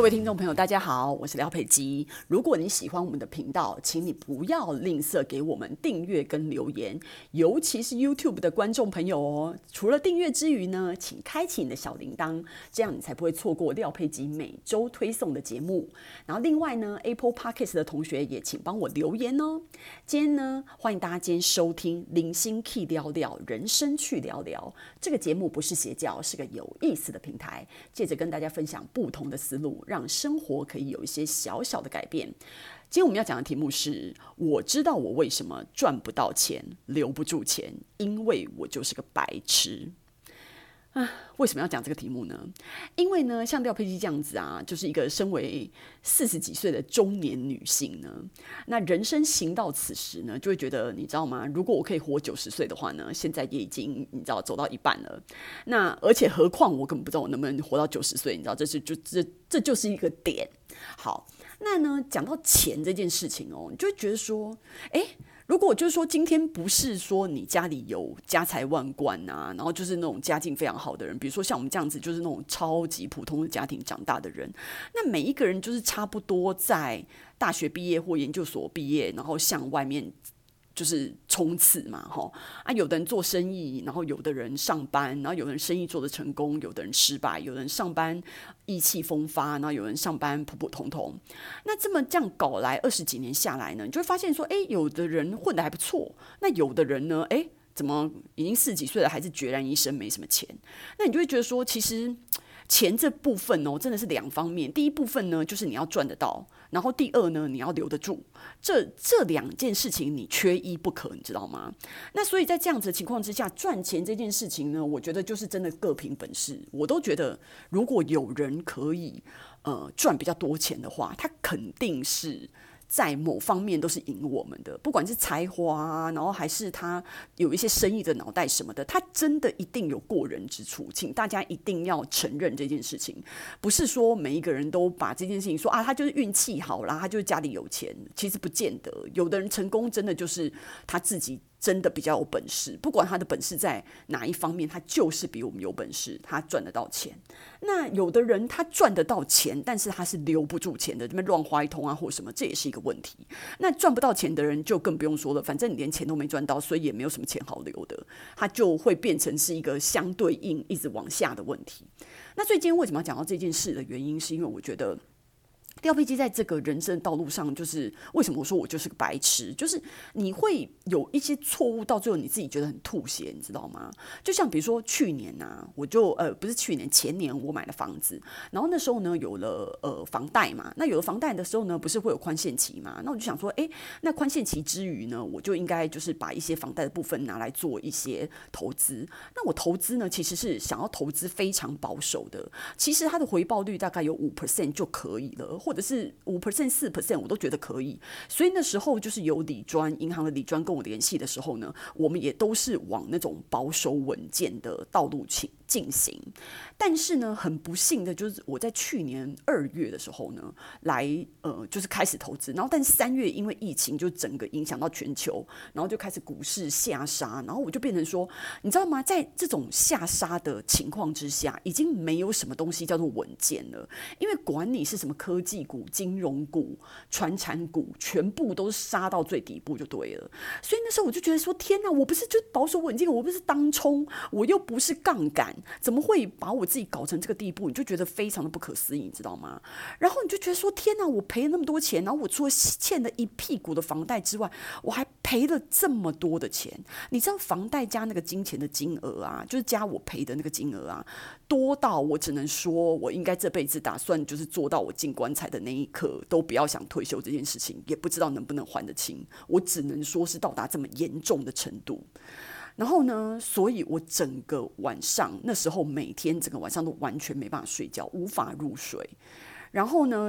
各位听众朋友大家好，我是廖佩基。如果你喜欢我们的频道，请你不要吝啬给我们订阅跟留言，尤其是 YouTube 的观众朋友哦。除了订阅之余呢，请开启你的小铃铛，这样你才不会错过廖佩基每周推送的节目。然后另外呢 Apple Podcast 的同学也请帮我留言哦。今天呢，欢迎大家今天收听零星 Key 聊聊人生去聊聊。这个节目不是邪教，是个有意思的平台，借着跟大家分享不同的思路，让生活可以有一些小小的改变。今天我们要讲的题目是：我知道我为什么赚不到钱、留不住钱，因为我就是个白痴。为什么要讲这个题目呢？因为呢，像廖佩基这样子啊，就是一个身为40几岁的中年女性呢，那人生行到此时呢，就会觉得，你知道吗？如果我可以活90岁的话呢，现在也已经你知道走到一半了。那而且何况我根本不知道我能不能活到90岁，你知道，这就是一个点。好，那呢，讲到钱这件事情哦，你就会觉得说，如果就是说今天不是说你家里有家财万贯啊，然后就是那种家境非常好的人，比如说像我们这样子，就是那种超级普通的家庭长大的人，那每一个人就是差不多在大学毕业或研究所毕业，然后向外面就是冲刺嘛，有的人做生意，然后有的人上班，然后有的人生意做得成功，有的人失败，有的人上班意气风发，然后有人上班普普通通。那这样搞来20几年下来呢，你就会发现说，有的人混得还不错，那有的人呢，怎么已经40几岁了，还是孑然一身，没什么钱？那你就会觉得说，其实钱这部分哦，真的是两方面。第一部分呢，就是你要赚得到，然后第二呢，你要留得住。这两件事情你缺一不可，你知道吗？那所以在这样子的情况之下，赚钱这件事情呢，我觉得就是真的各凭本事。我都觉得，如果有人可以赚比较多钱的话，他肯定是在某方面都是赢我们的，不管是才华啊，然后还是他有一些生意的脑袋什么的，他真的一定有过人之处，请大家一定要承认这件事情。不是说每一个人都把这件事情说啊，他就是运气好啦，他就是家里有钱，其实不见得。有的人成功真的就是他自己真的比较有本事，不管他的本事在哪一方面，他就是比我们有本事，他赚得到钱。那有的人他赚得到钱，但是他是留不住钱的，这边乱花一通啊或什么，这也是一个问题。那赚不到钱的人就更不用说了，反正你连钱都没赚到，所以也没有什么钱好留的，他就会变成是一个相对应一直往下的问题。那所以今天为什么要讲到这件事的原因，是因为我觉得廖佩基在这个人生的道路上，就是为什么我说我就是个白痴，就是你会有一些错误，到最后你自己觉得很吐血，你知道吗？就像比如说去年啊，我就不是去年，前年我买了房子，然后那时候呢有了房贷嘛，那有了房贷的时候呢，不是会有宽限期嘛？那我就想说，那宽限期之余呢，我就应该就是把一些房贷的部分拿来做一些投资。那我投资呢，其实是想要投资非常保守的，其实它的回报率大概有5% 就可以了。或者是5% 4%我都觉得可以，所以那时候就是有理专银行的理专跟我联系的时候呢，我们也都是往那种保守稳健的道路进行。但是呢，很不幸的就是我在去年2月的时候呢，就是开始投资，然后但是3月因为疫情就整个影响到全球，然后就开始股市下杀，然后我就变成说，你知道吗？在这种下杀的情况之下，已经没有什么东西叫做稳健了，因为管你是什么科技股、金融股、传产股，全部都是杀到最底部就对了。所以那时候我就觉得说，天哪，我不是就保守稳健，我不是当冲，我又不是杠杆，怎么会把我自己搞成这个地步？你就觉得非常的不可思议，你知道吗？然后你就觉得说，天哪，我赔了那么多钱，然后我除了欠了一屁股的房贷之外，我还赔了这么多的钱。你知道房贷加那个金钱的金额啊，就是加我赔的那个金额啊，多到我只能说，我应该这辈子打算就是做到我进棺材的那一刻都不要想退休这件事情，也不知道能不能还得清。我只能说是到达这么严重的程度。然后呢，所以我整个晚上那时候每天整个晚上都完全没办法睡觉，无法入睡。然后呢，就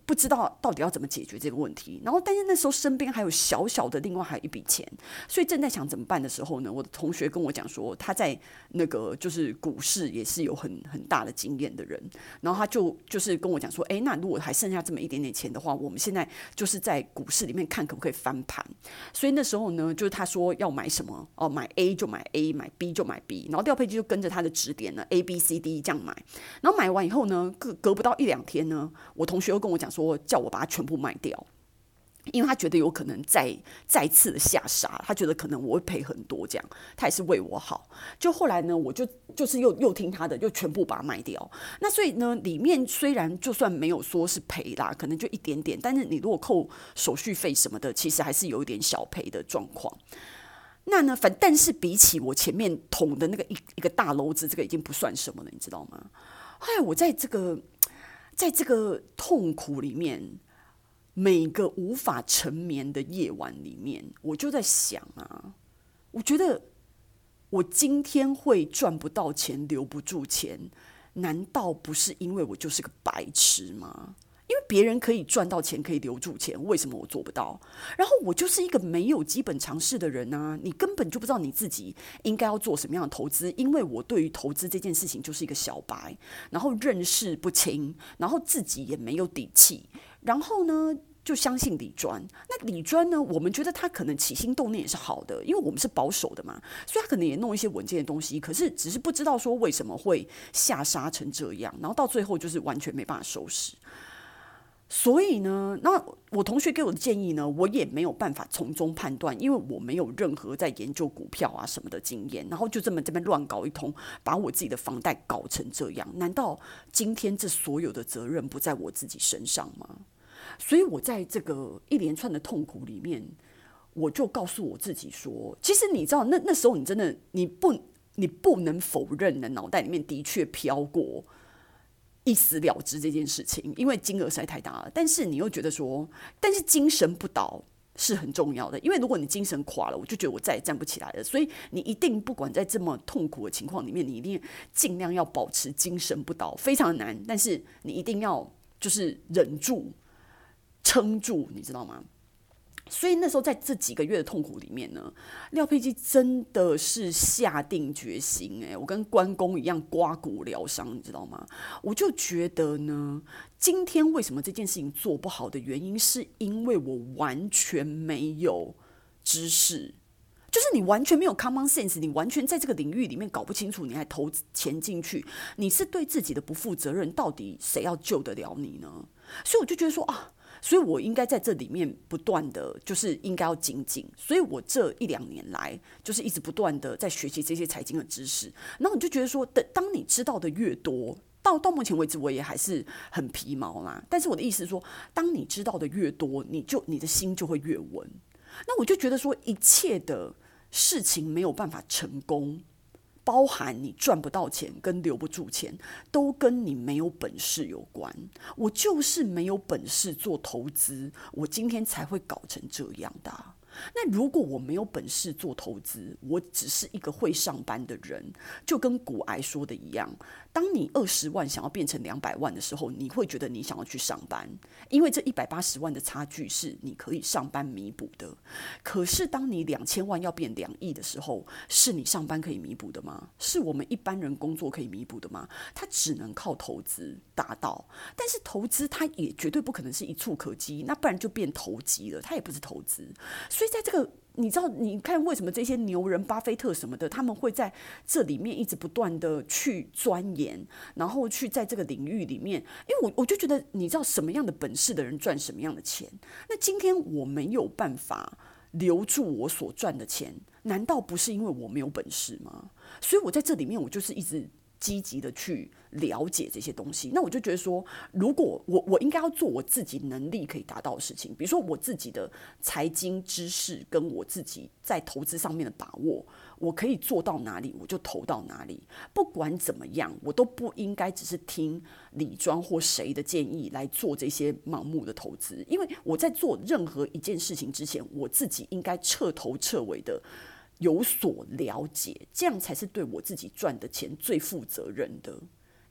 不知道到底要怎么解决这个问题，然后但是那时候身边还有小小的另外还有一笔钱，所以正在想怎么办的时候呢，我的同学跟我讲说，他在那个就是股市也是有很大的经验的人，然后他就是跟我讲说，那如果还剩下这么一点点钱的话，我们现在就是在股市里面看可不可以翻盘。所以那时候呢，就是他说要买什么买 A 就买 A， 买 B 就买 B， 然后廖佩基就跟着他的指点呢 ABCD 这样买，然后买完以后呢，隔不到1-2天呢，我同学又跟我讲说，叫我把它全部卖掉，因为他觉得有可能再次的下杀，他觉得可能我会赔很多，这样他也是为我好。就后来呢，我就是又听他的，就全部把它卖掉。那所以呢，里面虽然就算没有说是赔啦，可能就一点点，但是你如果扣手续费什么的，其实还是有一点小赔的状况。那呢，但是比起我前面捅的那个一个大篓子，这个已经不算什么了，你知道吗？我在这个痛苦里面，每个无法沉眠的夜晚里面，我就在想啊，我觉得我今天会赚不到钱，留不住钱，难道不是因为我就是个白痴吗？因为别人可以赚到钱，可以留住钱，为什么我做不到？然后我就是一个没有基本常识的人啊，你根本就不知道你自己应该要做什么样的投资，因为我对于投资这件事情就是一个小白，然后认识不清，然后自己也没有底气，然后呢就相信理专。那理专呢，我们觉得他可能起心动念也是好的，因为我们是保守的嘛，所以他可能也弄一些稳健的东西，可是只是不知道说为什么会下杀成这样，然后到最后就是完全没办法收拾。所以呢，那我同学给我的建议呢，我也没有办法从中判断，因为我没有任何在研究股票啊什么的经验，然后就这边乱搞一通，把我自己的房贷搞成这样，难道今天这所有的责任不在我自己身上吗？所以我在这个一连串的痛苦里面，我就告诉我自己说，其实你知道，那时候你真的你不能否认的，脑袋里面的确飘过一死了之这件事情，因为金额实在太大了。但是你又觉得说，但是精神不倒是很重要的，因为如果你精神垮了，我就觉得我再也站不起来了。所以你一定不管在这么痛苦的情况里面，你一定尽量要保持精神不倒，非常难，但是你一定要就是忍住、撑住，你知道吗？所以那时候在这几个月的痛苦里面呢，廖佩基真的是下定决心，我跟关公一样刮骨疗伤，你知道吗？我就觉得呢，今天为什么这件事情做不好的原因，是因为我完全没有知识，就是你完全没有 common sense， 你完全在这个领域里面搞不清楚，你还投钱进去，你是对自己的不负责任，到底谁要救得了你呢？所以我就觉得说啊，所以我应该在这里面不断的就是应该要精进，所以我这1-2年来就是一直不断的在学习这些财经的知识，然后你就觉得说，当你知道的越多，到目前为止我也还是很皮毛啦，但是我的意思是说，当你知道的越多，你的心就会越稳。那我就觉得说，一切的事情没有办法成功，包含你赚不到钱跟留不住钱，都跟你没有本事有关。我就是没有本事做投资，我今天才会搞成这样的啊。那如果我没有本事做投资，我只是一个会上班的人，就跟股癌说的一样，当你20万想要变成200万的时候，你会觉得你想要去上班，因为这180万的差距是你可以上班弥补的。可是当你2000万要变2亿的时候，是你上班可以弥补的吗？是我们一般人工作可以弥补的吗？它只能靠投资达到，但是投资它也绝对不可能是一触可及，那不然就变投机了，它也不是投资。所以在这个你知道，你看为什么这些牛人巴菲特什么的，他们会在这里面一直不断的去钻研，然后去在这个领域里面，因为我就觉得，你知道什么样的本事的人赚什么样的钱。那今天我没有办法留住我所赚的钱，难道不是因为我没有本事吗？所以我在这里面，我就是一直积极的去了解这些东西。那我就觉得说，如果我应该要做我自己能力可以达到的事情，比如说我自己的财经知识跟我自己在投资上面的把握，我可以做到哪里我就投到哪里。不管怎么样，我都不应该只是听理专或谁的建议来做这些盲目的投资。因为我在做任何一件事情之前，我自己应该彻头彻尾的有所了解，这样才是对我自己赚的钱最负责任的。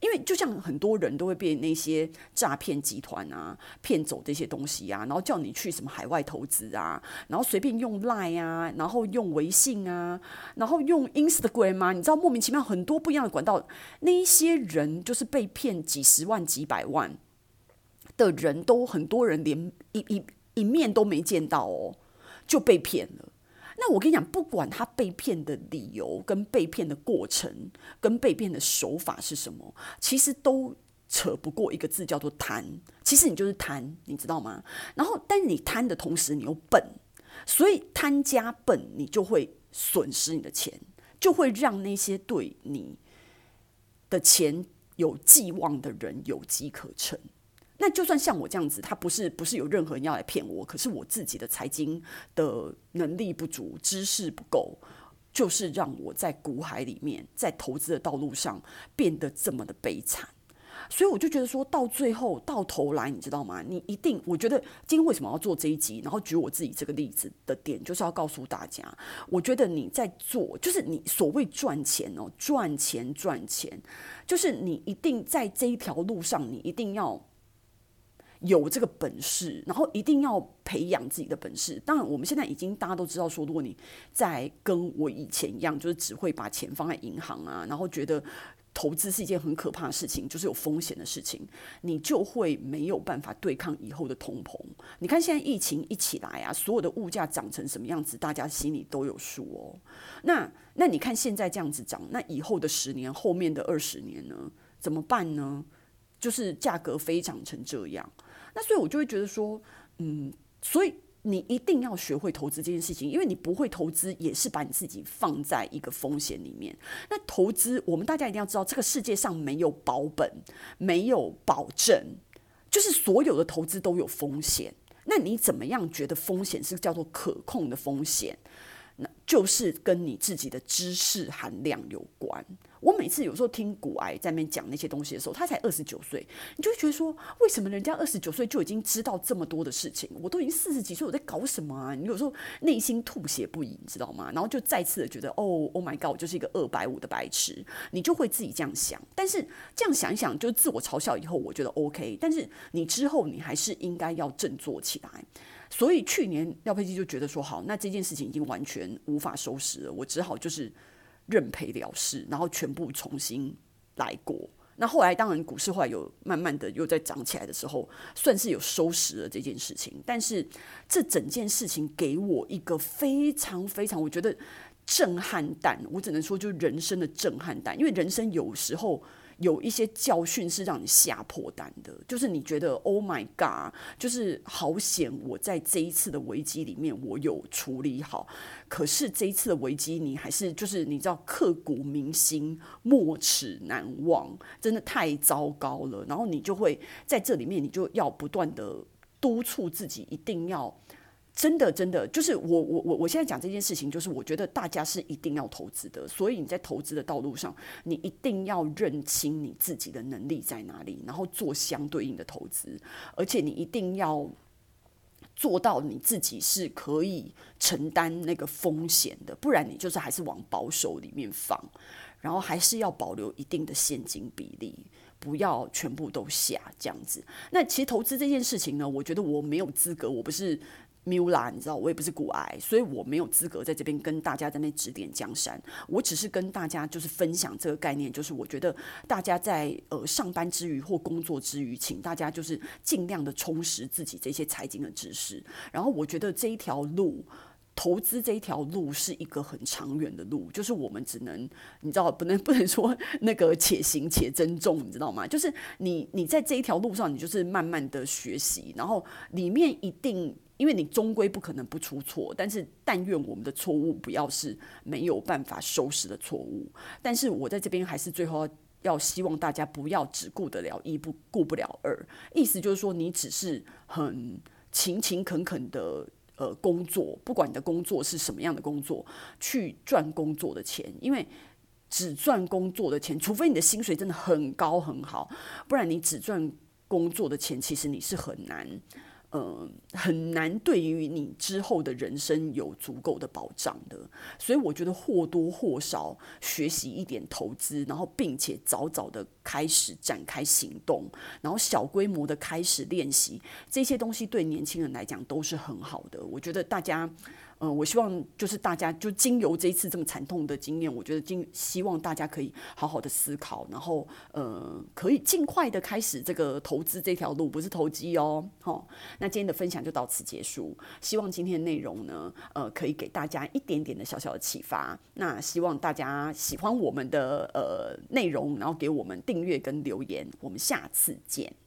因为就像很多人都会被那些诈骗集团啊骗走这些东西啊，然后叫你去什么海外投资啊，然后随便用 Line 啊，然后用微信啊，然后用 Instagram 啊，你知道莫名其妙很多不一样的管道，那一些人就是被骗几十万几百万的人都很多人连一面都没见到哦，就被骗了。那我跟你讲，不管他被骗的理由、跟被骗的过程、跟被骗的手法是什么，其实都扯不过一个字，叫做贪。其实你就是贪，你知道吗？然后，但你贪的同时，你又笨，所以贪加笨，你就会损失你的钱，就会让那些对你的钱有寄望的人有机可乘。那就算像我这样子，他不是有任何人要来骗我，可是我自己的财经的能力不足，知识不够，就是让我在股海里面，在投资的道路上变得这么的悲惨。所以我就觉得说到最后到头来，你知道吗？你一定，我觉得今天为什么要做这一集，然后举我自己这个例子的点，就是要告诉大家，我觉得你在做，就是你所谓赚钱哦，赚钱，就是你一定在这一条路上，你一定要有这个本事，然后一定要培养自己的本事。当然，我们现在已经大家都知道说，如果你在跟我以前一样，就是只会把钱放在银行啊，然后觉得投资是一件很可怕的事情，就是有风险的事情，你就会没有办法对抗以后的通膨。你看现在疫情一起来啊，所有的物价涨成什么样子，大家心里都有数哦。那你看现在这样子涨，那以后的10年、后面的20年呢，怎么办呢？就是价格飞涨成这样。那所以我就会觉得说，所以你一定要学会投资这件事情，因为你不会投资，也是把你自己放在一个风险里面。那投资，我们大家一定要知道，这个世界上没有保本，没有保证，就是所有的投资都有风险。那你怎么样觉得风险是叫做可控的风险？那就是跟你自己的知识含量有关。我每次有时候听股癌在那边讲那些东西的时候，他才29岁，你就会觉得说，为什么人家29岁就已经知道这么多的事情？我都已经40几岁，我在搞什么啊？你有时候内心吐血不已，你知道吗？然后就再次的觉得，Oh my God， 我就是一个250的白痴，你就会自己这样想。但是这样想一想，就自我嘲笑以后，我觉得 OK。但是你之后你还是应该要振作起来。所以去年廖佩基就觉得说，好，那这件事情已经完全无法收拾了，我只好就是认赔了事，然后全部重新来过。那后来当然股市后来有慢慢的又在涨起来的时候，算是有收拾了这件事情。但是这整件事情给我一个非常非常我觉得震撼弹，我只能说就是人生的震撼弹，因为人生有时候有一些教训是让你吓破胆的，就是你觉得 Oh my God， 就是好险我在这一次的危机里面我有处理好，可是这一次的危机你还是就是你知道刻骨铭心、没齿难忘，真的太糟糕了。然后你就会在这里面，你就要不断的督促自己，一定要。真的，就是我现在讲这件事情，就是我觉得大家是一定要投资的，所以你在投资的道路上，你一定要认清你自己的能力在哪里，然后做相对应的投资，而且你一定要做到你自己是可以承担那个风险的，不然你就是还是往保守里面放，然后还是要保留一定的现金比例。不要全部都下这样子。那其实投资这件事情呢，我觉得我没有资格，我不是Mula， 你知道，我也不是股癌，所以我没有资格在这边跟大家在那边指点江山。我只是跟大家就是分享这个概念，就是我觉得大家在上班之余或工作之余，请大家就是尽量的充实自己这些财经的知识。然后我觉得这一条路。投资这一条路是一个很长远的路，就是我们只能，你知道，不能说那个且行且珍重，你知道吗？就是你在这一条路上，你就是慢慢的学习，然后里面一定，因为你终归不可能不出错，但是但愿我们的错误不要是没有办法收拾的错误。但是我在这边还是最后要希望大家不要只顾得了一，顾不了二，意思就是说，你只是很勤勤恳恳的。工作，不管你的工作是什么样的工作，去赚工作的钱，因为只赚工作的钱，除非你的薪水真的很高很好，不然你只赚工作的钱，其实你是很难对于你之后的人生有足够的保障的。所以我觉得或多或少学习一点投资，然后并且早早的开始展开行动，然后小规模的开始练习，这些东西对年轻人来讲都是很好的。我觉得大家。我希望就是大家就经由这一次这么惨痛的经验，我觉得希望大家可以好好的思考，然后可以尽快的开始这个投资这条路，不是投机哦。那今天的分享就到此结束，希望今天的内容呢，可以给大家一点点的小小的启发。那希望大家喜欢我们的内容，然后给我们订阅跟留言，我们下次见。